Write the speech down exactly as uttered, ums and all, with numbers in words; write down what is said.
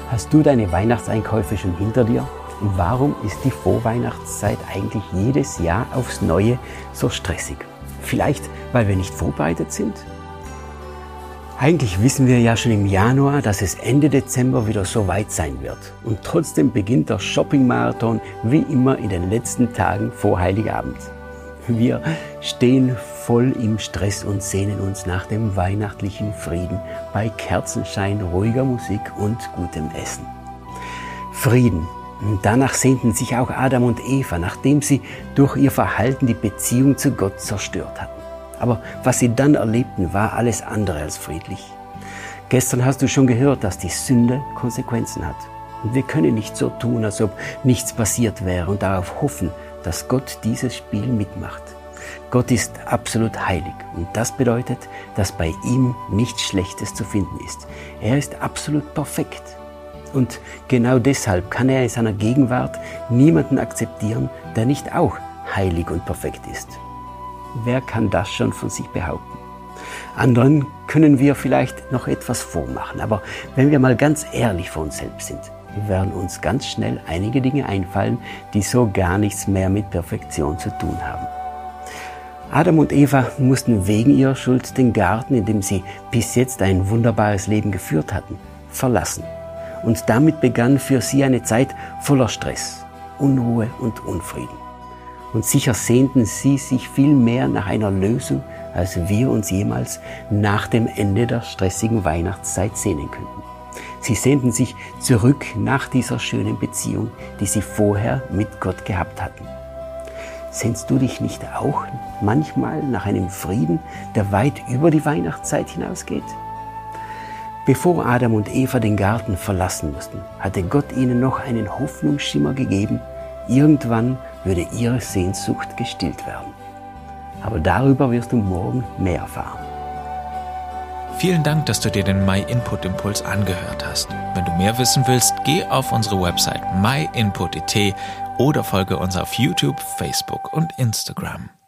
Hast du deine Weihnachtseinkäufe schon hinter dir? Und warum ist die Vorweihnachtszeit eigentlich jedes Jahr aufs Neue so stressig? Vielleicht, weil wir nicht vorbereitet sind? Eigentlich wissen wir ja schon im Januar, dass es Ende Dezember wieder so weit sein wird. Und trotzdem beginnt der Shopping-Marathon wie immer in den letzten Tagen vor Heiligabend. Wir stehen voll im Stress und sehnen uns nach dem weihnachtlichen Frieden bei Kerzenschein, ruhiger Musik und gutem Essen. Frieden. Danach sehnten sich auch Adam und Eva, nachdem sie durch ihr Verhalten die Beziehung zu Gott zerstört hatten. Aber was sie dann erlebten, war alles andere als friedlich. Gestern hast du schon gehört, dass die Sünde Konsequenzen hat. Und wir können nicht so tun, als ob nichts passiert wäre und darauf hoffen, dass Gott dieses Spiel mitmacht. Gott ist absolut heilig und das bedeutet, dass bei ihm nichts Schlechtes zu finden ist. Er ist absolut perfekt. Und genau deshalb kann er in seiner Gegenwart niemanden akzeptieren, der nicht auch heilig und perfekt ist. Wer kann das schon von sich behaupten? Anderen können wir vielleicht noch etwas vormachen, aber wenn wir mal ganz ehrlich vor uns selbst sind, werden uns ganz schnell einige Dinge einfallen, die so gar nichts mehr mit Perfektion zu tun haben. Adam und Eva mussten wegen ihrer Schuld den Garten, in dem sie bis jetzt ein wunderbares Leben geführt hatten, verlassen. Und damit begann für sie eine Zeit voller Stress, Unruhe und Unfrieden. Und sicher sehnten sie sich viel mehr nach einer Lösung, als wir uns jemals nach dem Ende der stressigen Weihnachtszeit sehnen könnten. Sie sehnten sich zurück nach dieser schönen Beziehung, die sie vorher mit Gott gehabt hatten. Sehnst du dich nicht auch manchmal nach einem Frieden, der weit über die Weihnachtszeit hinausgeht? Bevor Adam und Eva den Garten verlassen mussten, hatte Gott ihnen noch einen Hoffnungsschimmer gegeben. Irgendwann würde ihre Sehnsucht gestillt werden. Aber darüber wirst du morgen mehr erfahren. Vielen Dank, dass du dir den MyInput-Impuls angehört hast. Wenn du mehr wissen willst, geh auf unsere Website my input punkt i t oder folge uns auf YouTube, Facebook und Instagram.